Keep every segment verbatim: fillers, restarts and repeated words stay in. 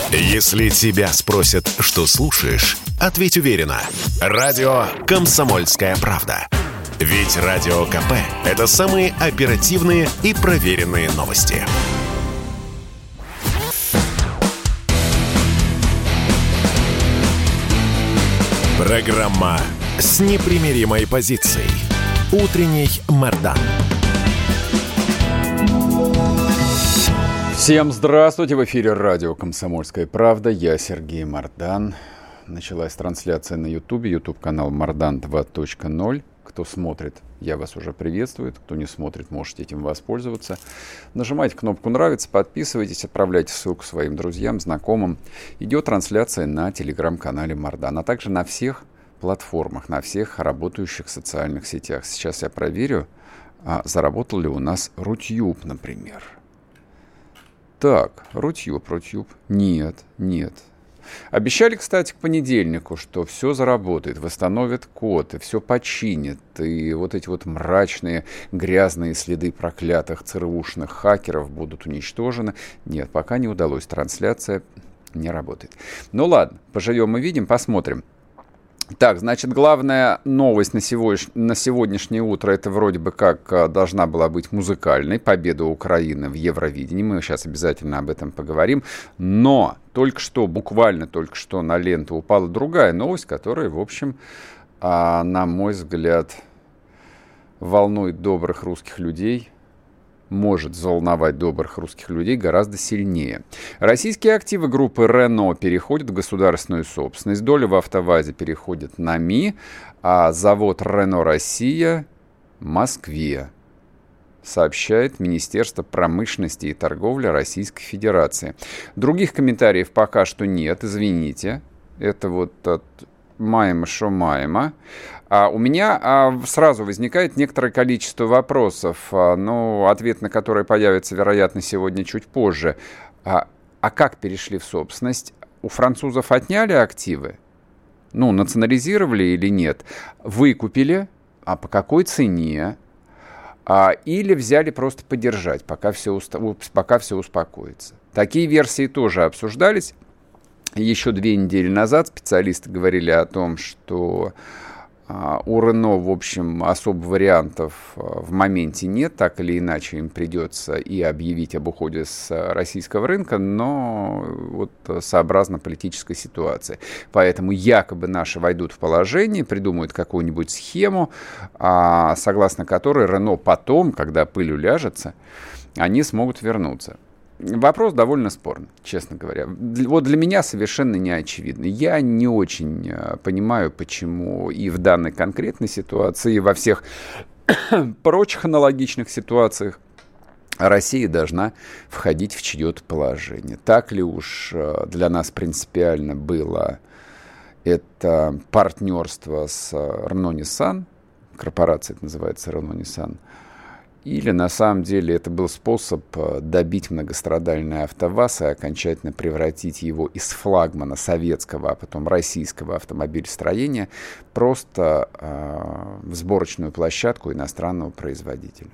Если тебя спросят, что слушаешь, ответь уверенно. Радио «Комсомольская правда». Ведь Радио КП – это самые оперативные и проверенные новости. Программа с непримиримой позицией. Утренний Мардан. Всем здравствуйте! В эфире радио «Комсомольская правда». Я Сергей Мардан. Началась трансляция на Ютубе. Ютуб-канал Мардан два точка ноль. Кто смотрит, я вас уже приветствую. Кто не смотрит, можете этим воспользоваться. Нажимайте кнопку «Нравится», подписывайтесь, отправляйте ссылку своим друзьям, знакомым. Идет трансляция на телеграм-канале Мардан, а также на всех платформах, на всех работающих социальных сетях. Сейчас я проверю, а заработал ли у нас Рутюб, например. Так, Рутюб, Рутюб. Нет, нет. Обещали, кстати, к понедельнику, что все заработает, восстановят код, и все починят, и вот эти вот мрачные, грязные следы проклятых ЦРУшных хакеров будут уничтожены. Нет, пока не удалось, трансляция не работает. Ну ладно, поживем и видим, посмотрим. Так, значит, главная новость на, сегодня, на сегодняшнее утро, это вроде бы как должна была быть музыкальной, победа Украины в Евровидении, мы сейчас обязательно об этом поговорим, но только что, буквально только что на ленту упала другая новость, которая, в общем, на мой взгляд, волнует добрых русских людей, может взволновать добрых русских людей гораздо сильнее. Российские активы группы Renault переходят в государственную собственность. Доля в АвтоВАЗе переходит на МИ, а завод Renault Россия в Москве, сообщает Министерство промышленности и торговли Российской Федерации. Других комментариев пока что нет, извините. Это вот от маема шо маема. А у меня а, сразу возникает некоторое количество вопросов, а, ну, ответ на которые появится, вероятно, сегодня чуть позже. А, а как перешли в собственность? У французов отняли активы? Ну, национализировали или нет? Выкупили? А по какой цене? А, или взяли просто подержать, пока все, уста... пока все успокоится? Такие версии тоже обсуждались. Еще две недели назад специалисты говорили о том, что у Renault, в общем, особо вариантов в моменте нет, так или иначе им придется и объявить об уходе с российского рынка, но вот сообразно политической ситуации. Поэтому якобы наши войдут в положение, придумают какую-нибудь схему, согласно которой Renault потом, когда пыль уляжется, они смогут вернуться. Вопрос довольно спорный, честно говоря. Вот для меня совершенно не очевидно. Я не очень понимаю, почему и в данной конкретной ситуации, и во всех прочих аналогичных ситуациях Россия должна входить в чье-то положение. Так ли уж для нас принципиально было это партнерство с Renault-Nissan, корпорация это называется Renault-Nissan, или на самом деле это был способ добить многострадальный АвтоВАЗ и окончательно превратить его из флагмана советского, а потом российского автомобилестроения просто э, в сборочную площадку иностранного производителя.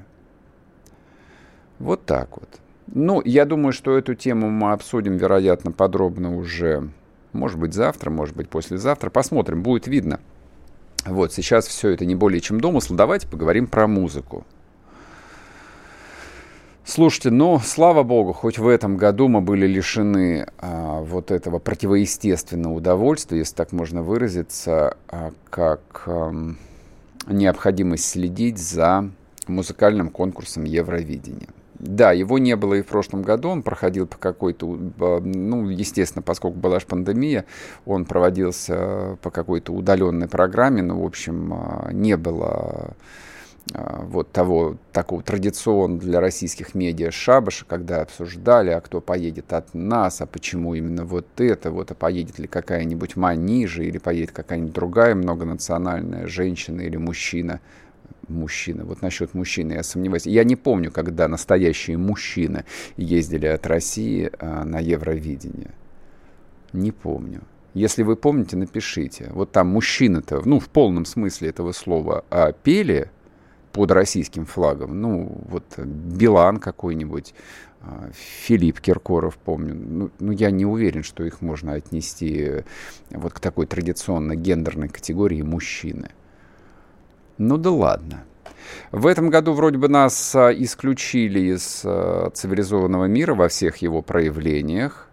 Вот так вот. Ну, я думаю, что эту тему мы обсудим, вероятно, подробно уже, может быть, завтра, может быть, послезавтра. Посмотрим, будет видно. Вот, сейчас все это не более чем домысл. Давайте поговорим про музыку. Слушайте, ну, слава богу, хоть в этом году мы были лишены а, вот этого противоестественного удовольствия, если так можно выразиться, а, как а, необходимость следить за музыкальным конкурсом Евровидения. Да, его не было и в прошлом году, он проходил по какой-то, ну, естественно, поскольку была же пандемия, он проводился по какой-то удаленной программе, но, в общем, не было вот того такого традиционного для российских медиа шабаша, когда обсуждали, а кто поедет от нас, а почему именно вот это, вот, а поедет ли какая-нибудь Манижа, или поедет какая-нибудь другая многонациональная женщина или мужчина. Мужчина. Вот насчет мужчины я сомневаюсь. Я не помню, когда настоящие мужчины ездили от России а, на Евровидение. Не помню. Если вы помните, напишите. Вот там мужчины-то, ну, в полном смысле этого слова, а, пели под российским флагом. Ну, вот Билан какой-нибудь, Филипп Киркоров, помню. Ну, ну, я не уверен, что их можно отнести вот к такой традиционно гендерной категории мужчины. Ну да ладно. В этом году вроде бы нас исключили из цивилизованного мира во всех его проявлениях.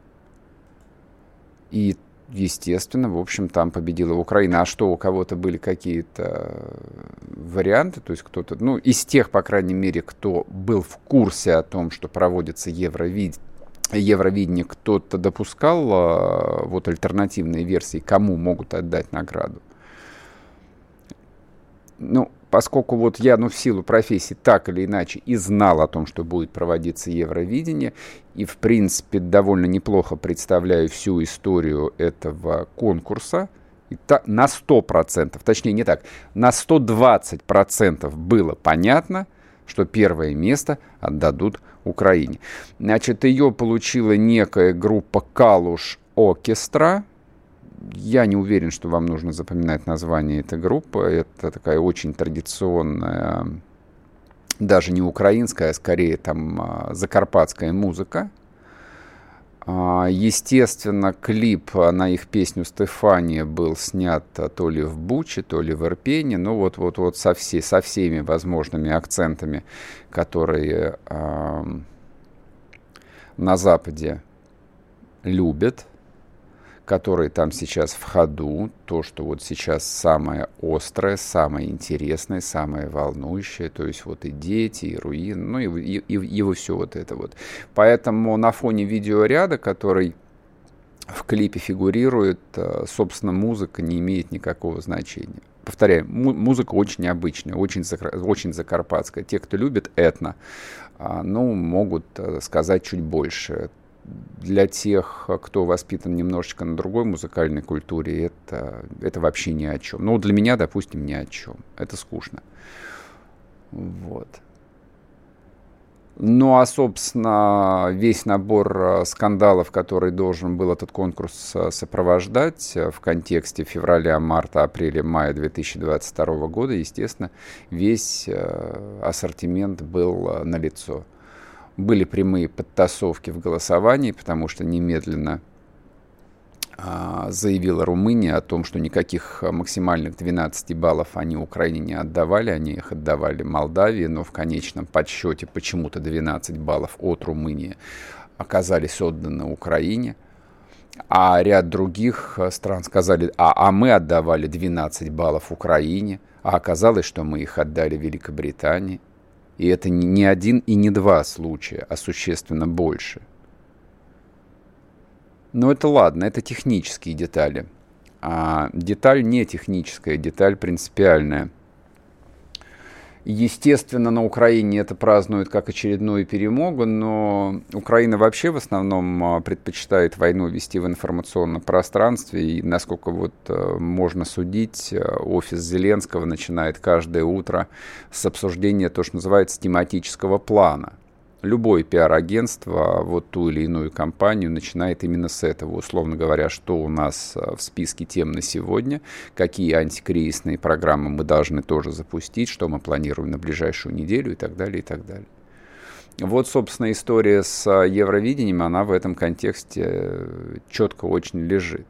И, естественно, в общем, там победила Украина. А что, у кого-то были какие-то варианты? То есть кто-то, ну, из тех, по крайней мере, кто был в курсе о том, что проводится Евровид... Евровидение, кто-то допускал а, вот альтернативные версии, кому могут отдать награду? Ну, поскольку вот я, ну, в силу профессии так или иначе и знал о том, что будет проводиться Евровидение, и, в принципе, довольно неплохо представляю всю историю этого конкурса, и та, на сто процентов, точнее не так, на сто двадцать процентов было понятно, что первое место отдадут Украине. Значит, ее получила некая группа Калуш Оркестра. Я не уверен, что вам нужно запоминать название этой группы. Это такая очень традиционная, даже не украинская, а скорее там закарпатская музыка. Естественно, клип на их песню «Стефания» был снят то ли в Буче, то ли в Ирпене. Ну вот, вот, вот со, все, со всеми возможными акцентами, которые э, на Западе любят, которые там сейчас в ходу, то, что вот сейчас самое острое, самое интересное, самое волнующее, то есть вот и дети, и руины, ну и, и, и, и вот все вот это вот. Поэтому на фоне видеоряда, который в клипе фигурирует, собственно, музыка не имеет никакого значения. Повторяю, му- музыка очень необычная, очень, закар- очень закарпатская. Те, кто любит этно, ну, могут сказать чуть больше. Для тех, кто воспитан немножечко на другой музыкальной культуре, это, это вообще ни о чем. Ну, для меня, допустим, ни о чем. Это скучно. Вот. Ну, а, собственно, весь набор скандалов, который должен был этот конкурс сопровождать в контексте февраля, марта, апреля, мая две тысячи двадцать второго года, естественно, весь ассортимент был налицо. Были прямые подтасовки в голосовании, потому что немедленно а, заявила Румыния о том, что никаких максимальных двенадцати баллов они Украине не отдавали, они их отдавали Молдавии, но в конечном подсчете почему-то двенадцать баллов от Румынии оказались отданы Украине. А ряд других стран сказали, а, а мы отдавали двенадцать баллов Украине, а оказалось, что мы их отдали Великобритании. И это не один и не два случая, а существенно больше. Но это ладно, это технические детали. А деталь не техническая, деталь принципиальная. Естественно, на Украине это празднуют как очередную перемогу, но Украина вообще в основном предпочитает войну вести в информационном пространстве. И, насколько вот можно судить, офис Зеленского начинает каждое утро с обсуждения то, что называется тематического плана. Любое пиар-агентство, вот ту или иную компанию, начинает именно с этого. Условно говоря, что у нас в списке тем на сегодня, какие антикризисные программы мы должны тоже запустить, что мы планируем на ближайшую неделю и так далее, и так далее. Вот, собственно, история с Евровидением, она в этом контексте четко очень лежит.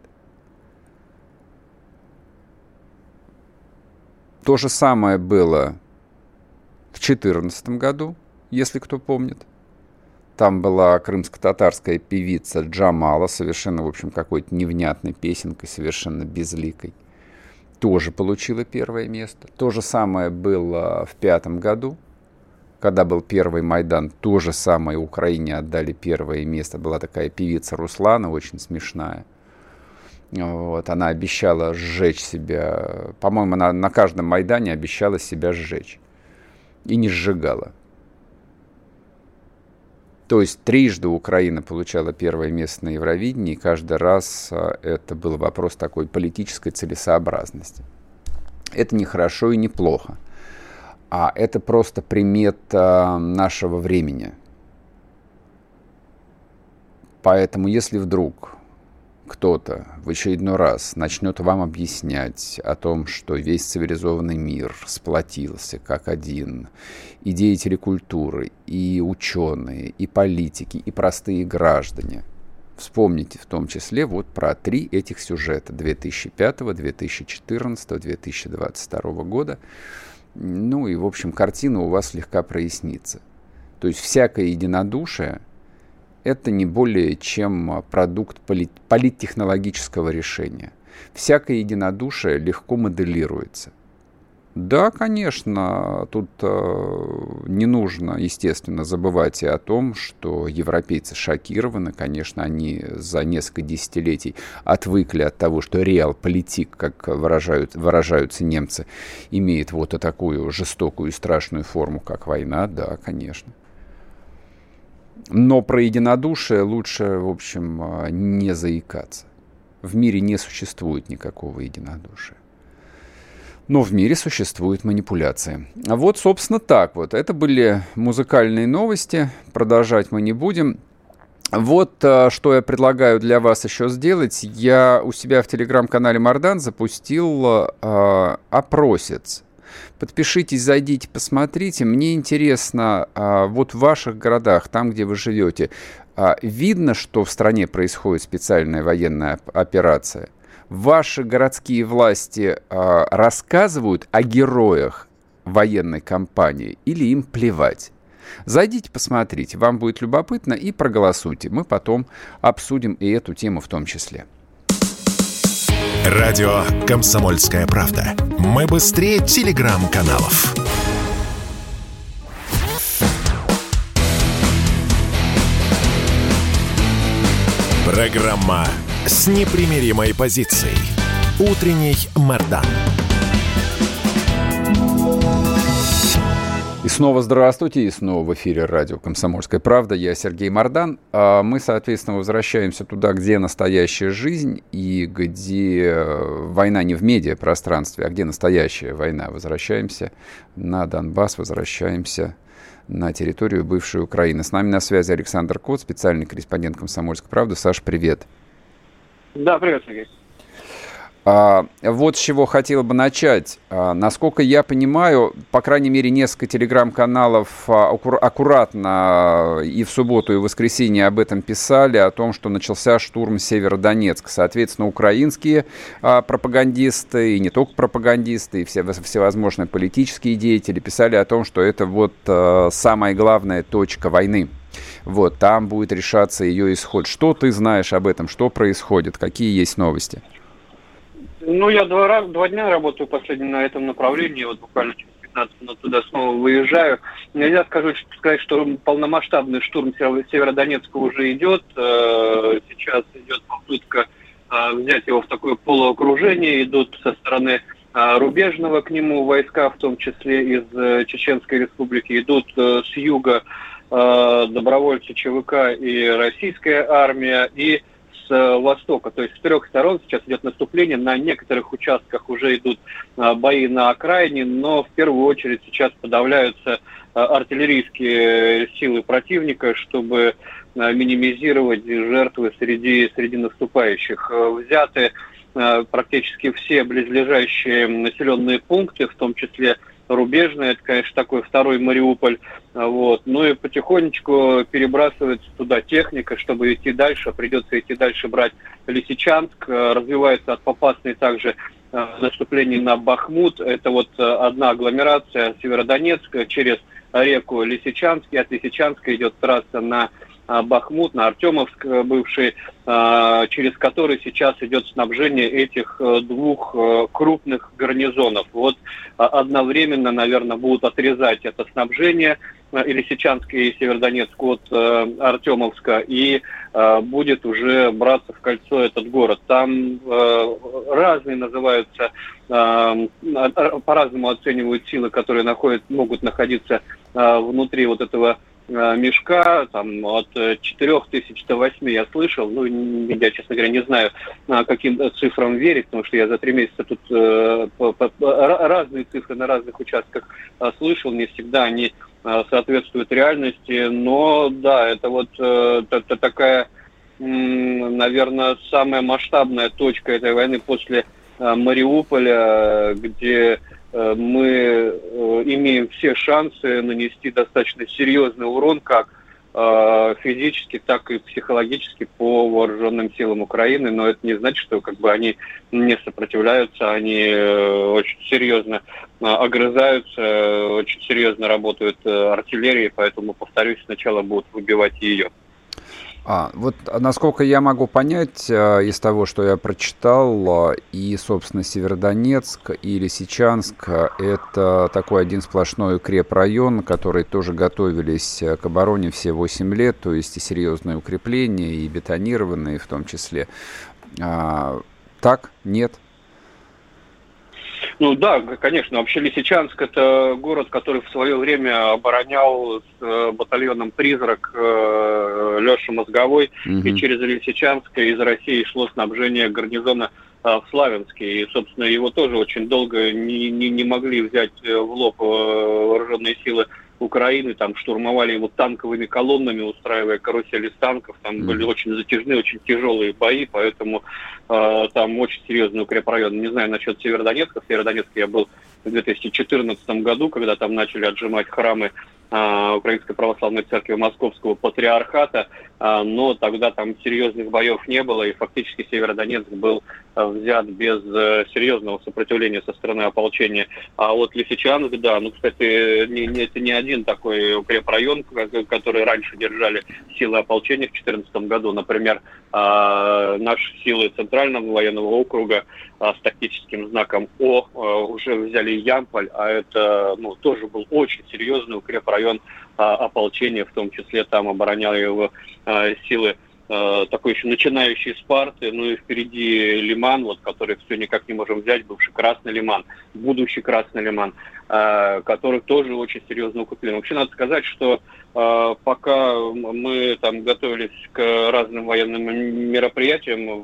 То же самое было в две тысячи четырнадцатом году, если кто помнит. Там была крымско-татарская певица Джамала, совершенно, в общем, какой-то невнятной песенкой, совершенно безликой. Тоже получила первое место. То же самое было в пятом году, когда был первый Майдан. То же самое Украине отдали первое место. Была такая певица Руслана, очень смешная. Вот, она обещала сжечь себя. По-моему, она на каждом Майдане обещала себя сжечь. И не сжигала. То есть трижды Украина получала первое место на Евровидении, и каждый раз это был вопрос такой политической целесообразности. Это не хорошо и не плохо, а это просто примета нашего времени. Поэтому если вдруг кто-то в очередной раз начнет вам объяснять о том, что весь цивилизованный мир сплотился как один, и деятели культуры, и ученые, и политики, и простые граждане, вспомните в том числе вот про три этих сюжета две тысячи пятого, две тысячи четырнадцатого, две тысячи двадцать второго года. Ну и, в общем, картина у вас слегка прояснится. То есть всякое единодушие – это не более чем продукт полит- политтехнологического решения. Всякое единодушие легко моделируется. Да, конечно, тут э, не нужно, естественно, забывать и о том, что европейцы шокированы. Конечно, они за несколько десятилетий отвыкли от того, что реал-политик, как выражают, выражаются немцы, имеет вот такую жестокую и страшную форму, как война. Да, конечно. Но про единодушие лучше, в общем, не заикаться. В мире не существует никакого единодушия. Но в мире существует манипуляция. Вот, собственно, так вот. Это были музыкальные новости. Продолжать мы не будем. Вот что я предлагаю для вас еще сделать. Я у себя в телеграм-канале Мардан запустил э, опросец. Подпишитесь, зайдите, посмотрите. Мне интересно, э, вот в ваших городах, там, где вы живете, э, видно, что в стране происходит специальная военная операция? Ваши городские власти э, рассказывают о героях военной кампании или им плевать? Зайдите, посмотрите, вам будет любопытно, и проголосуйте. Мы потом обсудим и эту тему в том числе. Радио «Комсомольская правда». Мы быстрее телеграм-каналов. Программа с непримиримой позицией. Утренний Мардан. И снова здравствуйте, и снова в эфире радио «Комсомольская правда». Я Сергей Мардан. Мы, соответственно, возвращаемся туда, где настоящая жизнь и где война не в медиапространстве, а где настоящая война. Возвращаемся на Донбасс, возвращаемся на территорию бывшей Украины. С нами на связи Александр Кот, специальный корреспондент «Комсомольской правды». Саш, привет. Да, привет, Сергей. А, вот с чего хотел бы начать. А, насколько я понимаю, по крайней мере, несколько телеграм-каналов а, аккур- аккуратно и в субботу, и в воскресенье об этом писали, о том, что начался штурм Северодонецка. Соответственно, украинские а, пропагандисты, и не только пропагандисты, и все, всевозможные политические деятели писали о том, что это вот а, самая главная точка войны. Вот, там будет решаться ее исход. Что ты знаешь об этом? Что происходит? Какие есть новости? Ну, я два, раз, два дня работаю последним на этом направлении. Вот буквально через пятнадцать минут туда снова выезжаю. Нельзя сказать, сказать, что полномасштабный штурм Северодонецка уже идет. Сейчас идет попытка взять его в такое полуокружение. Идут со стороны рубежного к нему войска, в том числе из Чеченской Республики. Идут с юга добровольцы ЧВК и российская армия, и с востока. То есть с трех сторон сейчас идет наступление. На некоторых участках уже идут бои на окраине, но в первую очередь сейчас подавляются артиллерийские силы противника, чтобы минимизировать жертвы среди, среди наступающих. Взяты практически все близлежащие населенные пункты, в том числе рубежный, это, конечно, такой второй Мариуполь, вот, ну и потихонечку перебрасывается туда техника, чтобы идти дальше, придется идти дальше брать Лисичанск, развивается от Попасной также наступление на Бахмут, это вот одна агломерация Северодонецка через реку Лисичанск, и от Лисичанска идет трасса на Бахмут, на Артемовск бывший, через который сейчас идет снабжение этих двух крупных гарнизонов. Вот одновременно, наверное, будут отрезать это снабжение и Лисичанск, и Северодонецк от Артемовска, и будет уже браться в кольцо этот город. Там разные называются, по-разному оценивают силы, которые находят, могут находиться внутри вот этого мешка, там от четырех тысяч до восьми я слышал, ну, я, честно говоря, не знаю, каким цифрам верить, потому что я за три месяца тут э, по, по, разные цифры на разных участках э, слышал, не всегда они э, соответствуют реальности, но да, это вот э, т- т- такая наверное, самая масштабная точка этой войны после Мариуполя, где мы имеем все шансы нанести достаточно серьезный урон, как физически, так и психологически по вооруженным силам Украины, но это не значит, что как бы они не сопротивляются, они очень серьезно огрызаются, очень серьезно работают артиллерией, поэтому, повторюсь, сначала будут выбивать ее. А, вот насколько я могу понять а, из того, что я прочитал, а, и, собственно, Северодонецк и Лисичанск — это такой один сплошной укрепрайон, который тоже готовились к обороне все восемь лет, то есть и серьезные укрепления, и бетонированные в том числе. А, так? Нет? Ну да, конечно. Вообще Лисичанск — это город, который в свое время оборонял с батальоном «Призрак» Леша Мозговой. Mm-hmm. И через Лисичанск из России шло снабжение гарнизона в Славянске. И, собственно, его тоже очень долго не, не, не могли взять в лоб вооруженные силы Украины, там штурмовали его танковыми колоннами, устраивая карусель из танков, там mm-hmm. были очень затяжные, очень тяжелые бои, поэтому э, там очень серьезный укрепрайон. Не знаю насчет Северодонецка. В Северодонецке я был в две тысячи четырнадцатом году, когда там начали отжимать храмы э, Украинской Православной Церкви Московского Патриархата, э, но тогда там серьезных боев не было, и фактически Северодонецк был э, взят без э, серьезного сопротивления со стороны ополчения. А вот Лисичанск, да, ну, кстати, не, не, это не один такой укрепрайон, который раньше держали силы ополчения в две тысячи четырнадцатом году. Например, э, наши силы Центрального военного округа э, с тактическим знаком О э, уже взяли Ямполь, а это ну, тоже был очень серьезный укрепрайон э, ополчения, в том числе там обороняли его э, силы э, такой еще начинающей Спарты, ну и впереди Лиман, вот, который все никак не можем взять, бывший Красный Лиман, будущий Красный Лиман, э, который тоже очень серьезно укреплен. Вообще надо сказать, что э, пока мы там готовились к разным военным мероприятиям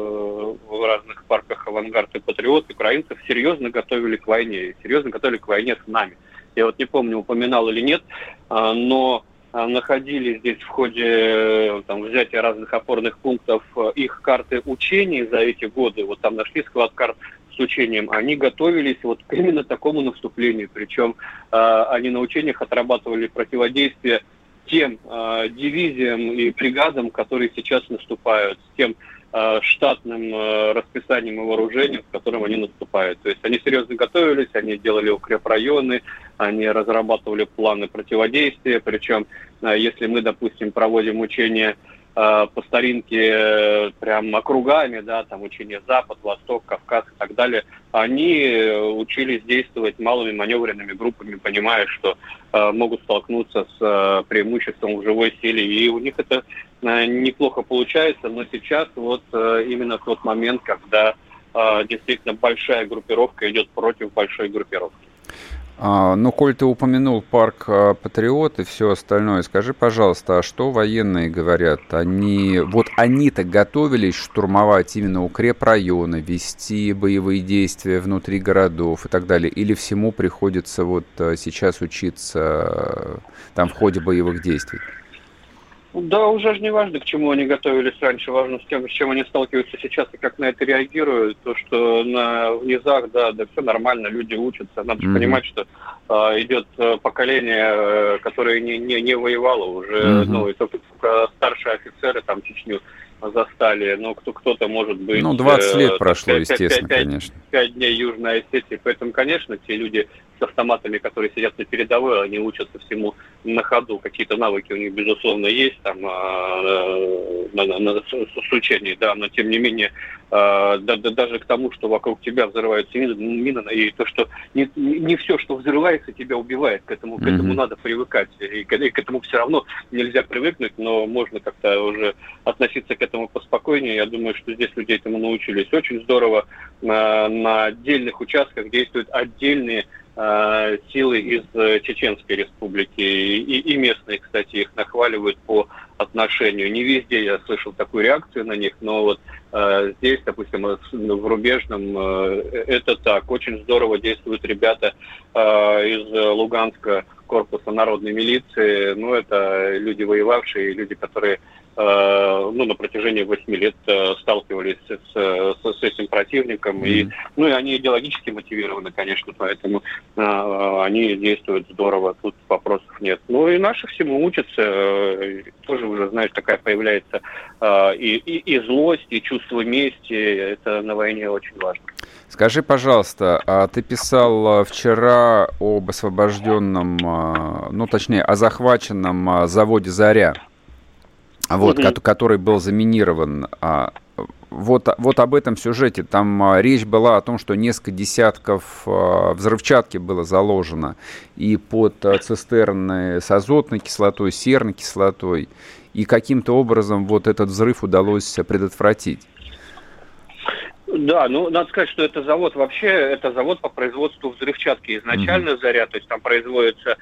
в, в разных парках «Авангард» и «Патриот», украинцев серьезно готовили к войне, серьезно готовили к войне с нами. Я вот не помню, упоминал или нет, э, но находили здесь в ходе там, взятия разных опорных пунктов их карты учений за эти годы. Вот там нашли склад карт с учением. Они готовились вот к именно такому наступлению. Причем э, они на учениях отрабатывали противодействие тем э, дивизиям и бригадам, которые сейчас наступают, с тем э, штатным э, расписанием и вооружением, с которым они наступают. То есть они серьезно готовились, они делали укрепрайоны, они разрабатывали планы противодействия. Причем, э, если мы, допустим, проводим учения э, по старинке э, прям округами, да, там учения Запад, Восток, Кавказ и так далее, они учились действовать малыми маневренными группами, понимая, что э, могут столкнуться с э, преимуществом в живой силе. И у них это э, неплохо получается, но сейчас вот э, именно тот момент, когда э, действительно большая группировка идет против большой группировки. А, ну, коль ты упомянул парк «Патриот» и все остальное, скажи, пожалуйста, а что военные говорят? Они, вот они-то готовились штурмовать именно укрепрайоны, вести боевые действия внутри городов и так далее? Или всему приходится вот сейчас учиться там в ходе боевых действий? Да, уже же не важно, к чему они готовились раньше, важно с тем, с чем они сталкиваются сейчас и как на это реагируют. То, что на в низах, да, да, все нормально, люди учатся. Надо mm-hmm. же понимать, что э, идет поколение, э, которое не, не, не воевало уже, mm-hmm. ну, и только, только старшие офицеры там Чечню застали, но кто, кто-то может быть... Ну, двадцать лет прошло, пять, естественно, пять, конечно. Пять дней Южной Осетии, поэтому, конечно, те люди с автоматами, которые сидят на передовой, они учатся всему на ходу, какие-то навыки у них, безусловно, есть там э, на, на, на, с учением, да, но тем не менее, э, да, да, даже к тому, что вокруг тебя взрываются мины, мины и то, что не, не все, что взрывается, тебя убивает, к этому, mm-hmm. к этому надо привыкать, и к, и к этому все равно нельзя привыкнуть, но можно как-то уже относиться к этому поспокойнее. Я думаю, что здесь люди этому научились. Очень здорово на, на отдельных участках действуют отдельные э, силы из Чеченской Республики. И, и местные, кстати, их нахваливают по отношению. Не везде я слышал такую реакцию на них, но вот э, здесь, допустим, в Рубежном э, это так. Очень здорово действуют ребята э, из Луганска, корпуса народной милиции. Ну, это люди воевавшие, люди, которые ну, на протяжении восьми лет сталкивались с, с, с этим противником. Mm-hmm. И, ну, и они идеологически мотивированы, конечно, поэтому они действуют здорово, тут вопросов нет. Ну, и наши всему учатся, тоже уже, знаешь, такая появляется и, и, и злость, и чувство мести, это на войне очень важно. Скажи, пожалуйста, а ты писал вчера об освобожденном, ну, точнее, о захваченном заводе «Заря», вот, угу. который был заминирован. Вот, вот об этом сюжете. Там речь была о том, что несколько десятков взрывчатки было заложено и под цистерны с азотной кислотой, серной кислотой, и каким-то образом вот этот взрыв удалось предотвратить. Да, ну, надо сказать, что это завод вообще, это завод по производству взрывчатки изначально, mm-hmm. «Заря», то есть там производится...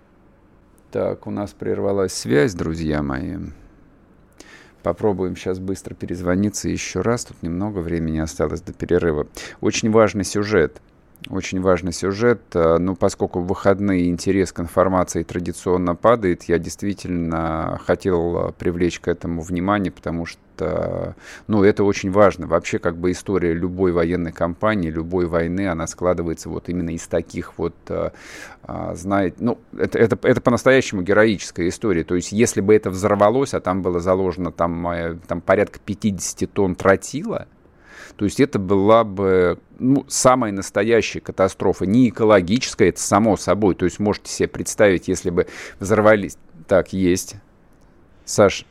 Так, у нас прервалась связь, друзья мои. Попробуем сейчас быстро перезвониться еще раз, тут немного времени осталось до перерыва. Очень важный сюжет. Очень важный сюжет, ну, поскольку в выходные интерес к информации традиционно падает, я действительно хотел привлечь к этому внимание, потому что, ну, это очень важно. Вообще, как бы история любой военной кампании, любой войны, она складывается вот именно из таких вот, знаете, ну, это, это, это по-настоящему героическая история. То есть, если бы это взорвалось, а там было заложено там, там порядка пятьдесят тонн тротила, то есть это была бы, ну, самая настоящая катастрофа, не экологическая, это само собой. То есть можете себе представить, если бы взорвались... Так, есть. Саш.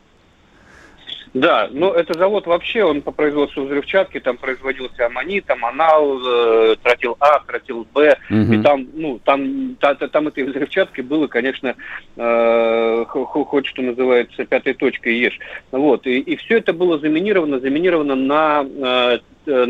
Да, ну это завод вообще, он по производству взрывчатки, там производился аммонит, аммонал, э, тротил А, тротил Б, угу. и там, ну, там, та, та, там этой взрывчатки было, конечно, э, хоть что называется, пятой точкой ешь. Вот, и, и все это было заминировано, заминировано на... Э,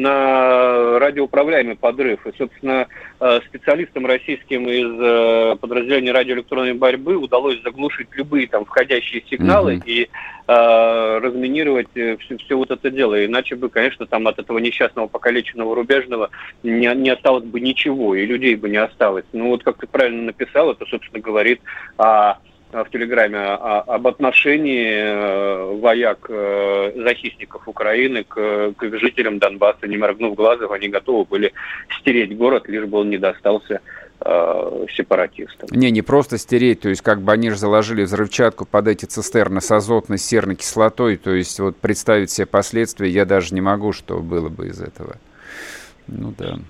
на радиоуправляемый подрыв. И, собственно, специалистам российским из подразделения радиоэлектронной борьбы удалось заглушить любые там входящие сигналы mm-hmm. и э, разминировать все, все вот это дело. Иначе бы, конечно, там от этого несчастного покалеченного Рубежного не, не осталось бы ничего, и людей бы не осталось. Ну вот, как ты правильно написал, это, собственно, говорит о в Телеграме о, об отношении э, вояк, э, захисников Украины к, к жителям Донбасса. Не моргнув глазом, они готовы были стереть город, лишь бы он не достался э, сепаратистам. Не, не просто стереть, то есть как бы они же заложили взрывчатку под эти цистерны с азотной, с серной кислотой, то есть вот представить себе последствия я даже не могу, что было бы из этого. Ну да.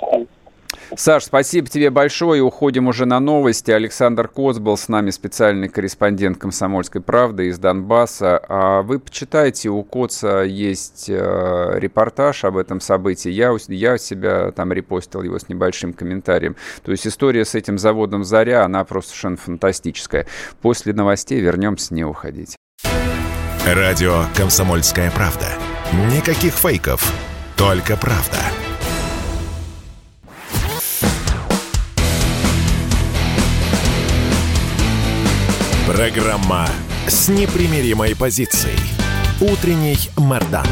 Саш, спасибо тебе большое. Уходим уже на новости. Александр Коц был с нами, специальный корреспондент «Комсомольской правды» из Донбасса. А вы почитайте, у Коца есть э, репортаж об этом событии. Я, я себя там репостил его с небольшим комментарием. То есть история с этим заводом «Заря», она просто совершенно фантастическая. После новостей вернемся, не уходите. Радио «Комсомольская правда». Никаких фейков, только правда. Программа с непримиримой позицией. Утренний Мардан.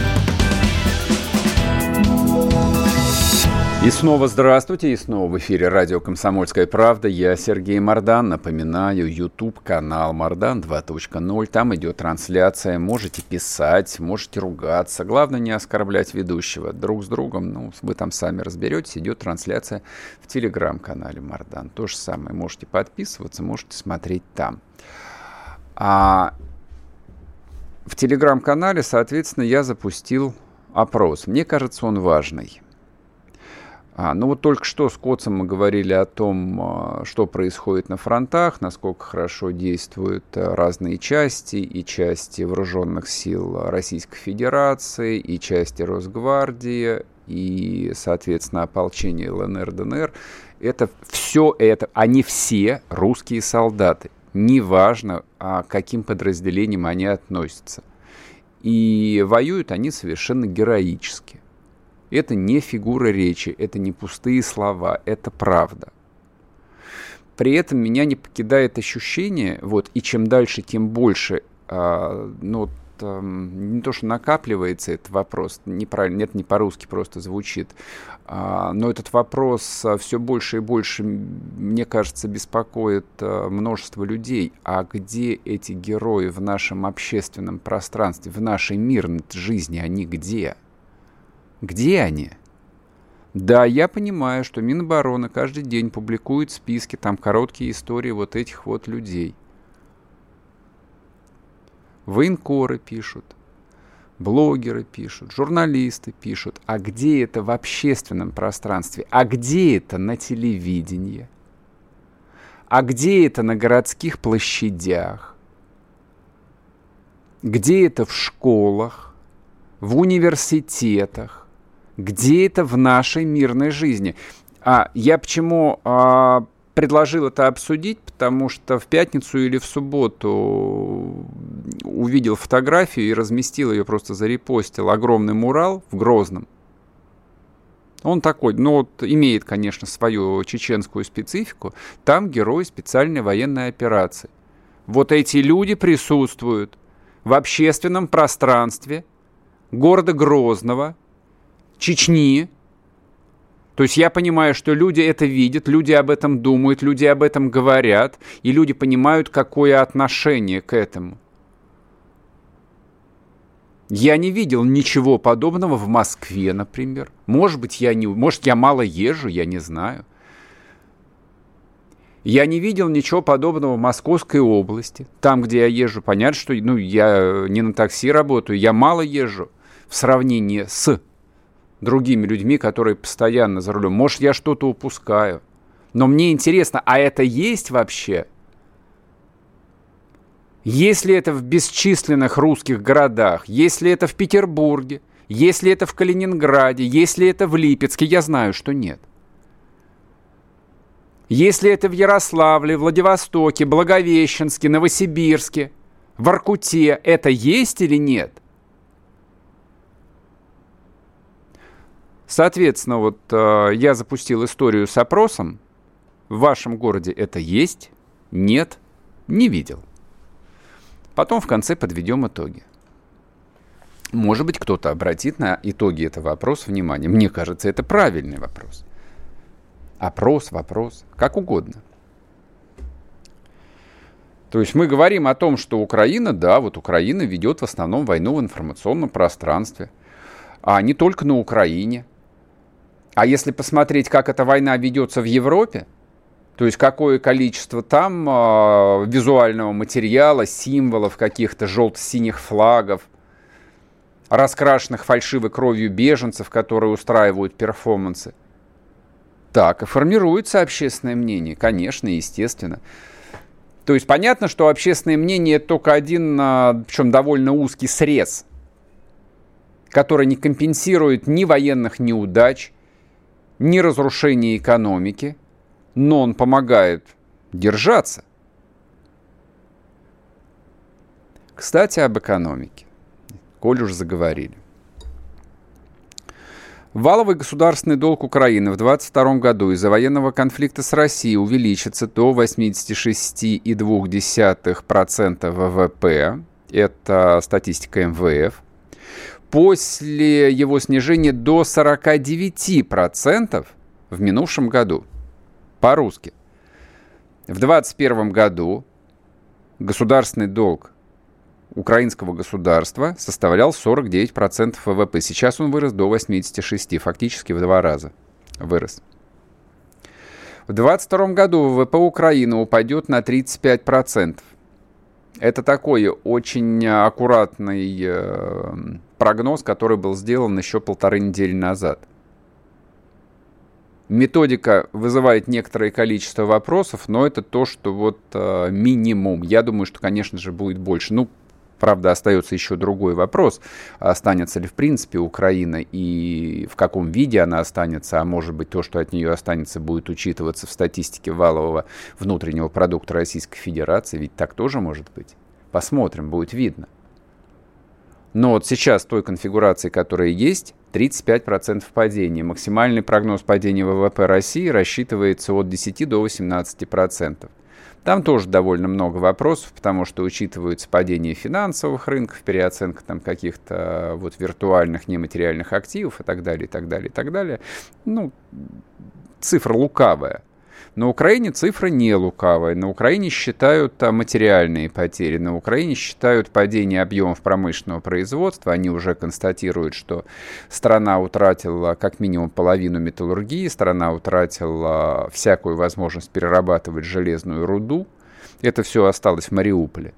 И снова здравствуйте, и снова в эфире радио «Комсомольская правда». Я Сергей Мардан. Напоминаю, YouTube-канал Мардан два точка ноль. Там идет трансляция. Можете писать, можете ругаться. Главное, не оскорблять ведущего. Друг с другом, ну, вы там сами разберетесь. Идет трансляция в Телеграм-канале Мардан. То же самое. Можете подписываться, можете смотреть там. А в Телеграм-канале, соответственно, я запустил опрос. Мне кажется, он важный. А, ну вот только что с Коцем мы говорили о том, что происходит на фронтах, насколько хорошо действуют разные части, и части вооруженных сил Российской Федерации, и части Росгвардии, и, соответственно, ополчение ЛНР, ДНР. Это все это, они все русские солдаты. Неважно, а к каким подразделениям они относятся. И воюют они совершенно героически. Это не фигура речи, это не пустые слова, это правда. При этом меня не покидает ощущение, вот, и чем дальше, тем больше, а, ну, э, не то, что накапливается этот вопрос, неправильно, это не по-русски просто звучит, э, но этот вопрос э, все больше и больше, мне кажется, беспокоит э, множество людей. А где эти герои в нашем общественном пространстве, в нашей мирной жизни, они где? Где они? Да, я понимаю, что Минобороны каждый день публикует списки, там короткие истории вот этих вот людей. Военкоры пишут, блогеры пишут, журналисты пишут. А где это в общественном пространстве? А где это на телевидении? А где это на городских площадях? Где это в школах, в университетах? Где это в нашей мирной жизни? А я почему а, предложил это обсудить? Потому что в пятницу или в субботу увидел фотографию и разместил ее, просто зарепостил. Огромный мурал в Грозном. Он такой, ну вот имеет, конечно, свою чеченскую специфику. Там герои специальной военной операции. Вот эти люди присутствуют в общественном пространстве города Грозного, Чечни. То есть я понимаю, что люди это видят, люди об этом думают, люди об этом говорят, и люди понимают, какое отношение к этому. Я не видел ничего подобного в Москве, например. Может быть, я не, может, я мало езжу, я не знаю. Я не видел ничего подобного в Московской области. Там, где я езжу, понятно, что ну, я не на такси работаю, я мало езжу в сравнении с другими людьми, которые постоянно за рулем. Может, я что-то упускаю. Но мне интересно, а это есть вообще? Если это в бесчисленных русских городах, если это в Петербурге, если это в Калининграде, если это в Липецке, я знаю, что нет. Если это в Ярославле, Владивостоке, Благовещенске, Новосибирске, в Воркуте, это есть или нет? Соответственно, вот э, я запустил историю с опросом. В вашем городе это есть? Нет? Не видел. Потом в конце подведем итоги. Может быть, кто-то обратит на итоги этого вопроса внимание. Мне кажется, это правильный вопрос. Опрос, вопрос, как угодно. То есть мы говорим о том, что Украина, да, вот Украина ведет в основном войну в информационном пространстве. А не только на Украине. А если посмотреть, как эта война ведется в Европе, то есть какое количество там э, визуального материала, символов, каких-то желто-синих флагов, раскрашенных фальшивой кровью беженцев, которые устраивают перформансы. Так и формируется общественное мнение, конечно, естественно. То есть понятно, что общественное мнение это только один, причем довольно узкий срез, который не компенсирует ни военных неудач, ни разрушения экономики, но он помогает держаться. Кстати, об экономике, коль уж заговорили. Валовый государственный долг Украины в двадцать втором году из-за военного конфликта с Россией увеличится до восемьдесят шесть целых две десятых процента ВВП. Это статистика эм вэ эф. После его снижения до сорок девять процентов в минувшем году. По-русски. В двадцать первом году государственный долг украинского государства составлял сорок девять процентов ВВП. Сейчас он вырос до восемьдесят шесть процентов, фактически в два раза вырос. В двадцать втором году ВВП Украины упадет на тридцать пять процентов. Это такой очень аккуратный э, прогноз, который был сделан еще полторы недели назад. Методика вызывает некоторое количество вопросов, но это то, что вот э, минимум. Я думаю, что, конечно же, будет больше. Ну, правда, остается еще другой вопрос. Останется ли, в принципе, Украина и в каком виде она останется, а может быть, то, что от нее останется, будет учитываться в статистике валового внутреннего продукта Российской Федерации. Ведь так тоже может быть. Посмотрим, будет видно. Но вот сейчас той конфигурации, которая есть, тридцать пять процентов падения. Максимальный прогноз падения ВВП России рассчитывается от десяти до восемнадцати процентов. Там тоже довольно много вопросов, потому что учитывается падение финансовых рынков, переоценка там каких-то вот виртуальных нематериальных активов и так далее, и так далее, и так далее. Ну, цифра лукавая. На Украине цифра не лукавая. На Украине считают а, материальные потери. На Украине считают падение объемов промышленного производства. Они уже констатируют, что страна утратила как минимум половину металлургии, страна утратила всякую возможность перерабатывать железную руду. Это все осталось в Мариуполе.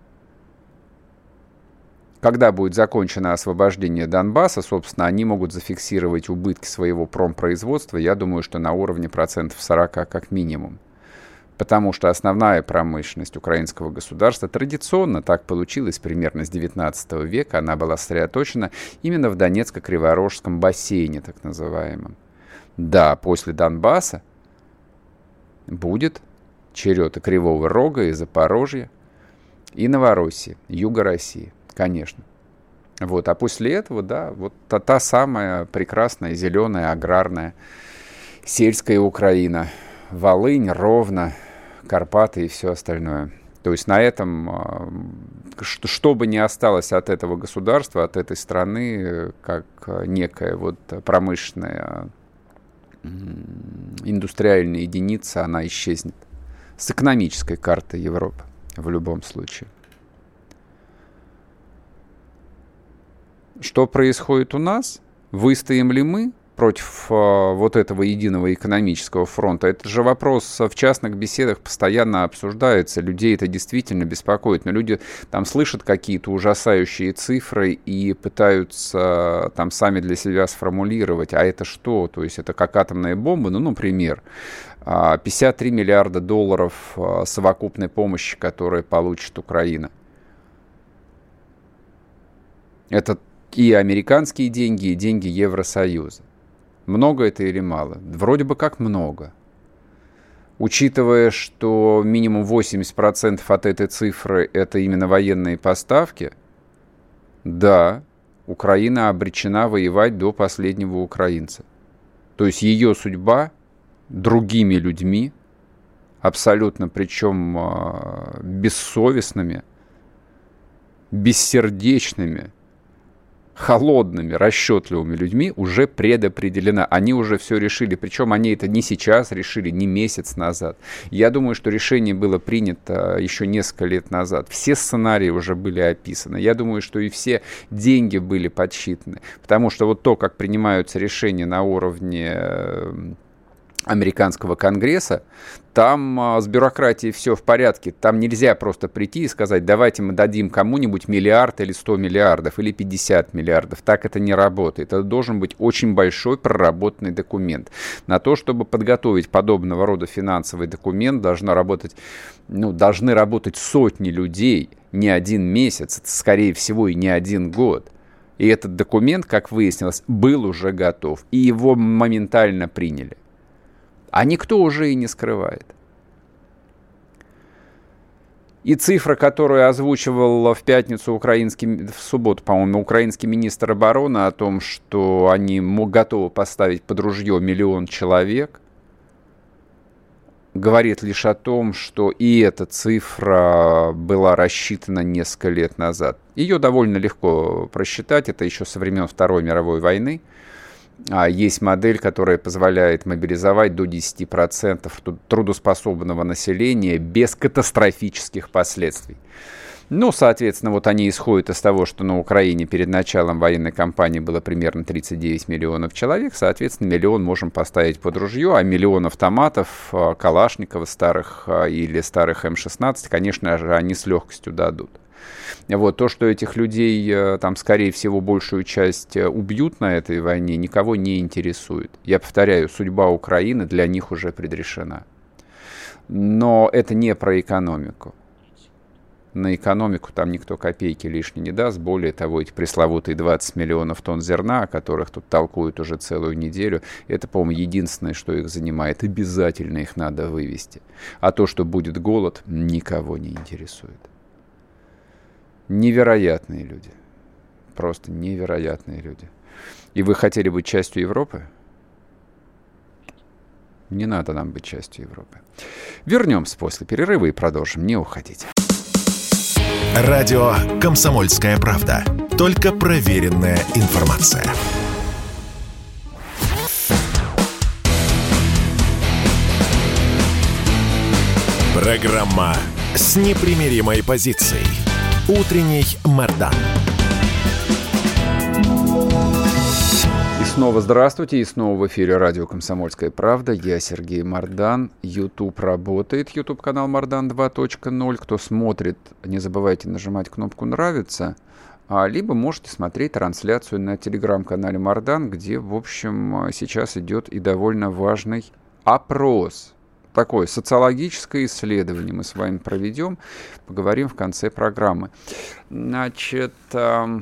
Когда будет закончено освобождение Донбасса, собственно, они могут зафиксировать убытки своего промпроизводства, я думаю, что на уровне процентов сорок как минимум. Потому что основная промышленность украинского государства традиционно, так получилось примерно с девятнадцатого века, она была сосредоточена именно в Донецко-Криворожском бассейне, так называемом. Да, после Донбасса будет черед и Кривого Рога, и Запорожья, и Новороссии, Юга России. Конечно. Вот. А после этого, да, вот та, та самая прекрасная, зеленая, аграрная, сельская Украина. Волынь, Ровно, Карпаты и все остальное. То есть на этом, что, что бы ни осталось от этого государства, от этой страны, как некая вот промышленная, индустриальная единица, она исчезнет с экономической карты Европы в любом случае. Что происходит у нас? Выстоим ли мы против э, вот этого единого экономического фронта? Это же вопрос в частных беседах постоянно обсуждается. Людей это действительно беспокоит. Но люди там слышат какие-то ужасающие цифры и пытаются там сами для себя сформулировать. А это что? То есть это как атомная бомба? Ну, например, пятьдесят три миллиарда долларов совокупной помощи, которую получит Украина. Это и американские деньги, и деньги Евросоюза. Много это или мало? Вроде бы как много. Учитывая, что минимум восемьдесят процентов от этой цифры это именно военные поставки, да, Украина обречена воевать до последнего украинца. То есть ее судьба другими людьми, абсолютно причем бессовестными, бессердечными, холодными, расчетливыми людьми уже предопределена. Они уже все решили. Причем они это не сейчас решили, не месяц назад. Я думаю, что решение было принято еще несколько лет назад. Все сценарии уже были описаны. Я думаю, что и все деньги были подсчитаны. Потому что вот то, как принимаются решения на уровне американского конгресса, там а, с бюрократией все в порядке. Там нельзя просто прийти и сказать, давайте мы дадим кому-нибудь миллиард или сто миллиардов или пятьдесят миллиардов. Так это не работает. Это должен быть очень большой проработанный документ. На то, чтобы подготовить подобного рода финансовый документ, должно работать, ну, должны работать сотни людей, не один месяц, это, скорее всего, и не один год. И этот документ, как выяснилось, был уже готов. И его моментально приняли. А никто уже и не скрывает. И цифра, которую озвучивал в пятницу украинский, в субботу, по-моему, украинский министр обороны о том, что они готовы поставить под ружье миллион человек, говорит лишь о том, что и эта цифра была рассчитана несколько лет назад. Ее довольно легко просчитать, это еще со времен Второй мировой войны. Есть модель, которая позволяет мобилизовать до десять процентов трудоспособного населения без катастрофических последствий. Ну, соответственно, вот они исходят из того, что на Украине перед началом военной кампании было примерно тридцать девять миллионов человек, соответственно, миллион можем поставить под ружье, а миллион автоматов, Калашникова старых или старых эм шестнадцать, конечно же, они с легкостью дадут. Вот, то, что этих людей, там, скорее всего, большую часть убьют на этой войне, никого не интересует. Я повторяю, судьба Украины для них уже предрешена. Но это не про экономику. На экономику там никто копейки лишней не даст. Более того, эти пресловутые двадцать миллионов тонн зерна, о которых тут толкуют уже целую неделю, это, по-моему, единственное, что их занимает. Обязательно их надо вывести. А то, что будет голод, никого не интересует. Невероятные люди. Просто невероятные люди. И вы хотели быть частью Европы? Не надо нам быть частью Европы. Вернемся после перерыва и продолжим. Не уходите. Радио «Комсомольская правда». Только проверенная информация. Программа с непримиримой позицией. Утренний Мардан. И снова здравствуйте, и снова в эфире радио «Комсомольская правда». Я Сергей Мардан. YouTube работает, YouTube-канал Мардан два точка ноль. Кто смотрит, не забывайте нажимать кнопку «Нравится». Либо можете смотреть трансляцию на телеграм-канале Мардан, где, в общем, сейчас идет и довольно важный опрос. Такое социологическое исследование мы с вами проведем, поговорим в конце программы. Значит, э,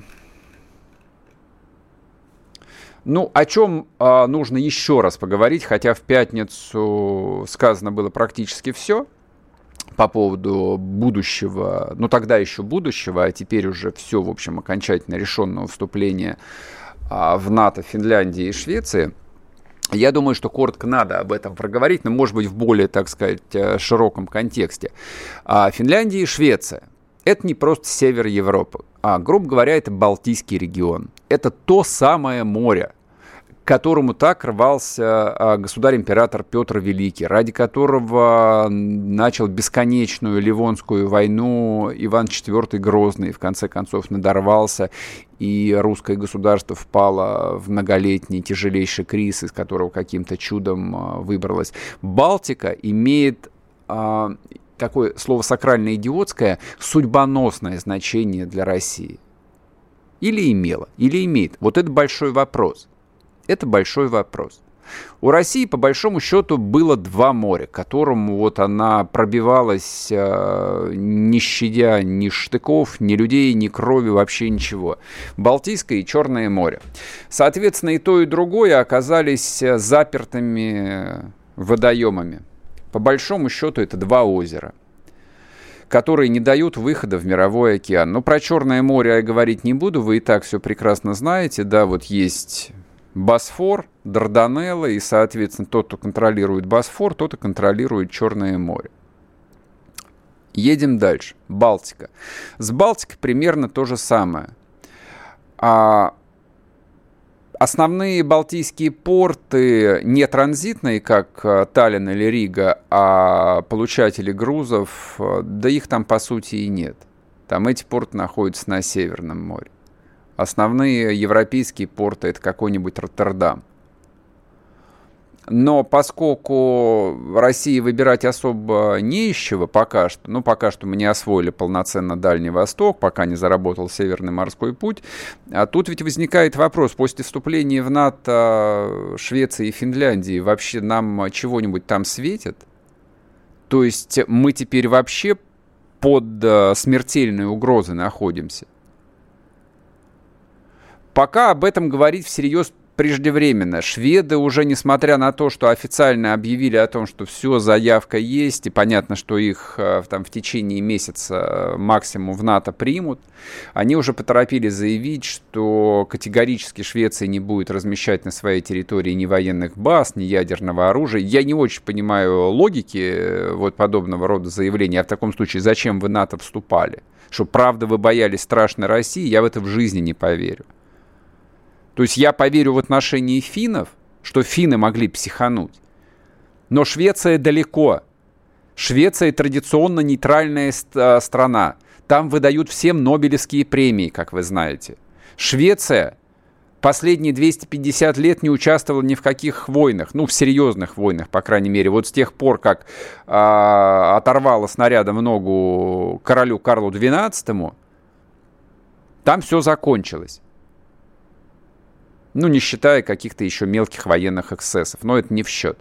ну, о чем э, нужно еще раз поговорить, хотя в пятницу сказано было практически все по поводу будущего, ну, тогда еще будущего, а теперь уже все, в общем, окончательно решенного вступления э, в НАТО Финляндии и Швеции. Я думаю, что коротко надо об этом проговорить, но, может быть, в более, так сказать, широком контексте. Финляндия и Швеция – это не просто север Европы, а, грубо говоря, это Балтийский регион. Это то самое море, к которому так рвался государь-император Петр Великий, ради которого начал бесконечную Ливонскую войну Иван четвёртый Грозный, в конце концов надорвался, и русское государство впало в многолетний тяжелейший кризис, из которого каким-то чудом выбралось. Балтика имеет а, такое слово сакрально-идиотское, судьбоносное значение для России. Или имело, или имеет. Вот это большой вопрос. Это большой вопрос. У России, по большому счету, было два моря, к которому вот она пробивалась, э, не щадя ни штыков, ни людей, ни крови, вообще ничего. Балтийское и Черное море. Соответственно, и то, и другое оказались запертыми водоемами. По большому счету, это два озера, которые не дают выхода в мировой океан. Но про Черное море я говорить не буду, вы и так все прекрасно знаете. Да, вот есть Босфор, Дарданеллы, и, соответственно, тот, кто контролирует Босфор, тот и контролирует Черное море. Едем дальше. Балтика. С Балтикой примерно то же самое. А основные балтийские порты не транзитные, как Таллин или Рига, а получатели грузов, да их там по сути и нет. Там эти порты находятся на Северном море. Основные европейские порты – это какой-нибудь Роттердам. Но поскольку России выбирать особо не из чего пока что, ну, пока что мы не освоили полноценно Дальний Восток, пока не заработал Северный морской путь, а тут ведь возникает вопрос, после вступления в НАТО Швеции и Финляндии вообще нам чего-нибудь там светит? То есть мы теперь вообще под смертельной угрозой находимся? Пока об этом говорить всерьез преждевременно. Шведы уже, несмотря на то, что официально объявили о том, что все, заявка есть, и понятно, что их там в течение месяца максимум в НАТО примут, они уже поторопились заявить, что категорически Швеция не будет размещать на своей территории ни военных баз, ни ядерного оружия. Я не очень понимаю логики вот подобного рода заявлений. А в таком случае зачем вы в НАТО вступали? Что правда вы боялись страшной России? Я в это в жизни не поверю. То есть я поверю в отношении финнов, что финны могли психануть. Но Швеция далеко. Швеция традиционно нейтральная страна. Там выдают всем Нобелевские премии, как вы знаете. Швеция последние двести пятьдесят лет не участвовала ни в каких войнах. Ну, в серьезных войнах, по крайней мере. Вот с тех пор, как э, оторвала снарядом ногу королю Карлу двенадцатому, там все закончилось. Ну, не считая каких-то еще мелких военных эксцессов. Но это не в счет.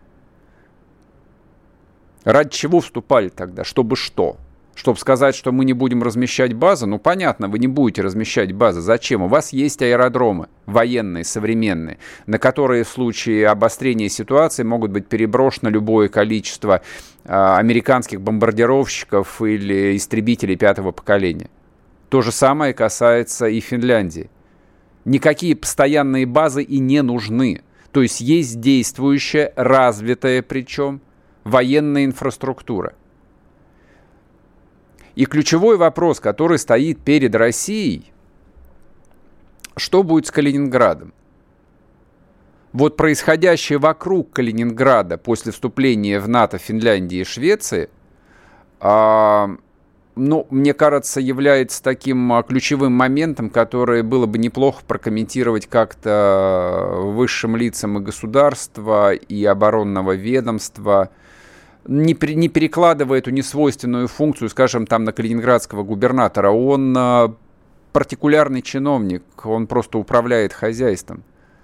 Ради чего вступали тогда? Чтобы что? Чтобы сказать, что мы не будем размещать базы? Ну, понятно, вы не будете размещать базы. Зачем? У вас есть аэродромы военные, современные, на которые в случае обострения ситуации могут быть переброшено любое количество э, американских бомбардировщиков или истребителей пятого поколения. То же самое касается и Финляндии. Никакие постоянные базы и не нужны. То То есть есть действующая, развитая причем, военная инфраструктура. И ключевой вопрос, который стоит перед Россией, что будет с Калининградом? Вот происходящее вокруг Калининграда после вступления в НАТО Финляндии и Швеции, а, ну, мне кажется, является таким ключевым моментом, который было бы неплохо прокомментировать как-то высшим лицам и государства, и оборонного ведомства, не, при, не перекладывая эту несвойственную функцию, скажем, там на калининградского губернатора. Он а, партикулярный чиновник, он просто управляет хозяйством.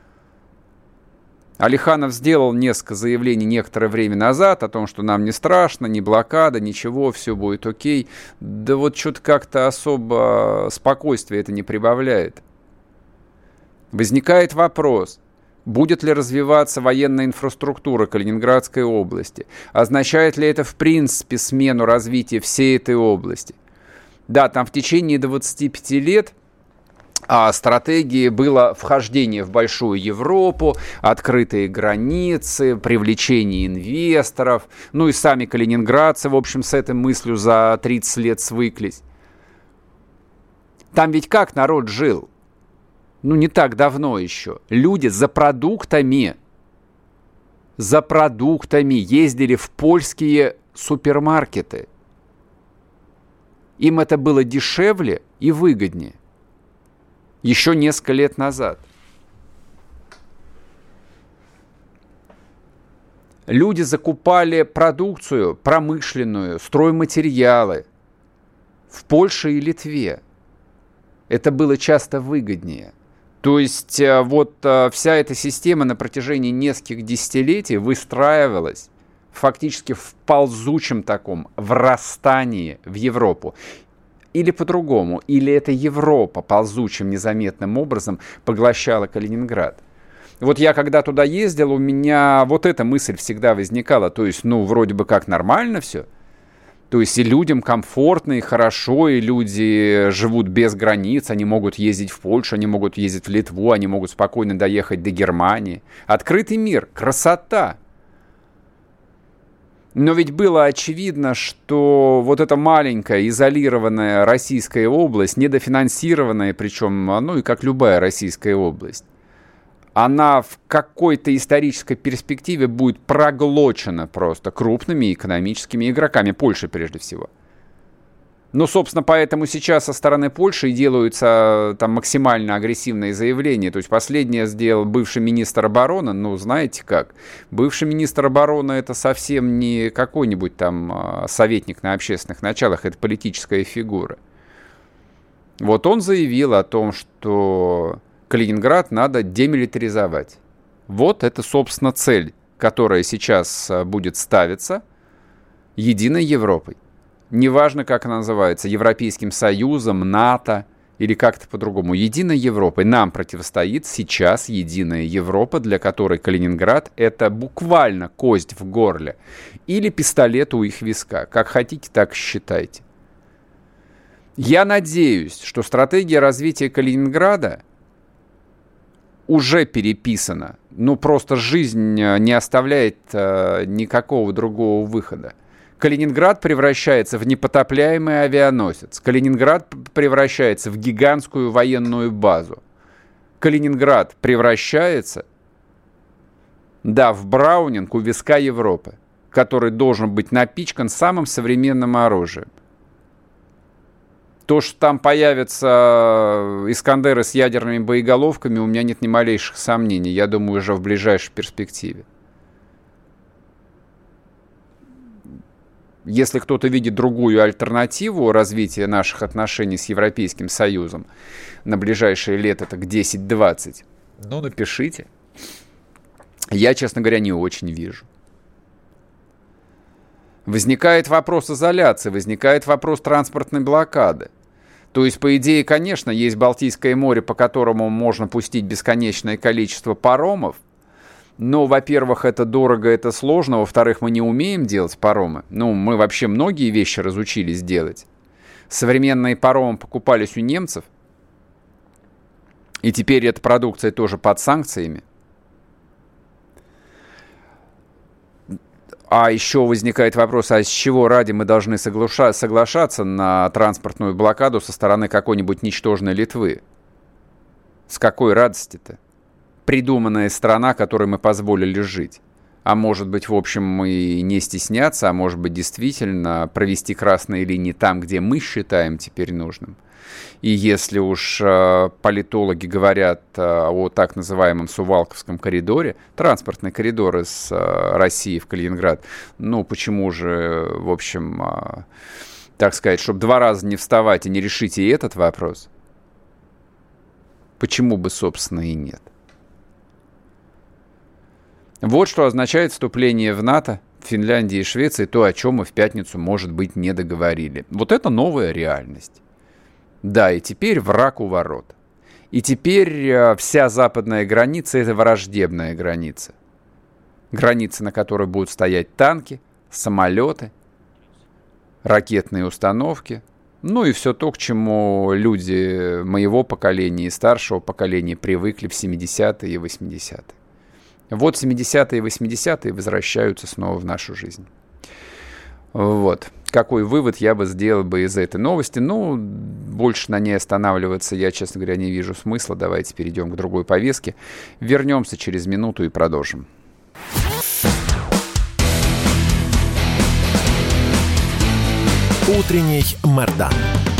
Алиханов сделал несколько заявлений некоторое время назад о том, что нам не страшно, ни блокада, ничего, все будет окей. Да вот что-то как-то особо спокойствия это не прибавляет. Возникает вопрос, будет ли развиваться военная инфраструктура Калининградской области? Означает ли это в принципе смену развития всей этой области? Да, там в течение двадцати пяти лет а стратегией было вхождение в большую Европу, открытые границы, привлечение инвесторов. Ну и сами калининградцы, в общем, с этой мыслью за тридцать лет свыклись. Там ведь как народ жил? Ну, не так давно еще. Люди за продуктами, за продуктами ездили в польские супермаркеты. Им это было дешевле и выгоднее. Еще несколько лет назад. Люди закупали продукцию промышленную, стройматериалы в Польше и Литве. Это было часто выгоднее. То есть вот вся эта система на протяжении нескольких десятилетий выстраивалась фактически в ползучем таком врастании в Европу. Или по-другому, или это Европа ползучим незаметным образом поглощала Калининград. Вот я когда туда ездил, у меня вот эта мысль всегда возникала. То есть, ну, вроде бы как нормально все. То есть и людям комфортно, и хорошо, и люди живут без границ, они могут ездить в Польшу, они могут ездить в Литву, они могут спокойно доехать до Германии. Открытый мир, красота. Но ведь было очевидно, что вот эта маленькая изолированная российская область, недофинансированная, причем, ну и как любая российская область, она в какой-то исторической перспективе будет проглочена просто крупными экономическими игроками, Польшей прежде всего. Ну, собственно, поэтому сейчас со стороны Польши делаются там максимально агрессивные заявления. То есть последнее сделал бывший министр обороны. Ну, знаете как? Бывший министр обороны — это совсем не какой-нибудь там советник на общественных началах, это политическая фигура. Вот он заявил о том, что Калининград надо демилитаризовать. Вот это, собственно, цель, которая сейчас будет ставиться единой Европой. Неважно, как она называется, Европейским Союзом, НАТО или как-то по-другому. Единой Европой нам противостоит сейчас единая Европа, для которой Калининград — это буквально кость в горле или пистолет у их виска. Как хотите, так и считайте. Я надеюсь, что стратегия развития Калининграда уже переписана. Ну, просто жизнь не оставляет э, никакого другого выхода. Калининград превращается в непотопляемый авианосец. Калининград превращается в гигантскую военную базу. Калининград превращается, да, в Браунинг у виска Европы, который должен быть напичкан самым современным оружием. То, что там появятся Искандеры с ядерными боеголовками, у меня нет ни малейших сомнений. Я думаю, уже в ближайшей перспективе. Если кто-то видит другую альтернативу развития наших отношений с Европейским Союзом на ближайшие лет, это к десять-двадцать, ну, напишите. Я, честно говоря, не очень вижу. Возникает вопрос изоляции, возникает вопрос транспортной блокады. То есть, по идее, конечно, есть Балтийское море, по которому можно пустить бесконечное количество паромов. Но, во-первых, это дорого, это сложно. Во-вторых, мы не умеем делать паромы. Ну, мы вообще многие вещи разучились делать. Современные паромы покупались у немцев. И теперь эта продукция тоже под санкциями. А еще возникает вопрос, а с чего ради мы должны соглаша- соглашаться на транспортную блокаду со стороны какой-нибудь ничтожной Литвы? С какой радости-то? Придуманная страна, которой мы позволили жить. А может быть, в общем, и не стесняться, а может быть, действительно провести красные линии там, где мы считаем теперь нужным. И если уж э, политологи говорят э, о так называемом Сувалковском коридоре, транспортный коридор из э, России в Калининград, ну, почему же, в общем, э, так сказать, чтобы два раза не вставать и не решить и этот вопрос? Почему бы, собственно, и нет? Вот что означает вступление в НАТО в Финляндии и Швеции, то, о чем мы в пятницу, может быть, не договорили. Вот это новая реальность. Да, и теперь враг у ворот. И теперь э, вся западная граница – это враждебная граница. Граница, на которой будут стоять танки, самолеты, ракетные установки. Ну и все то, к чему люди моего поколения и старшего поколения привыкли в семидесятые и восьмидесятые. Вот семидесятые и восьмидесятые возвращаются снова в нашу жизнь. Вот. Какой вывод я бы сделал бы из этой новости? Ну, больше на ней останавливаться я, честно говоря, не вижу смысла. Давайте перейдем к другой повестке. Вернемся через минуту и продолжим. Утренний Мардан.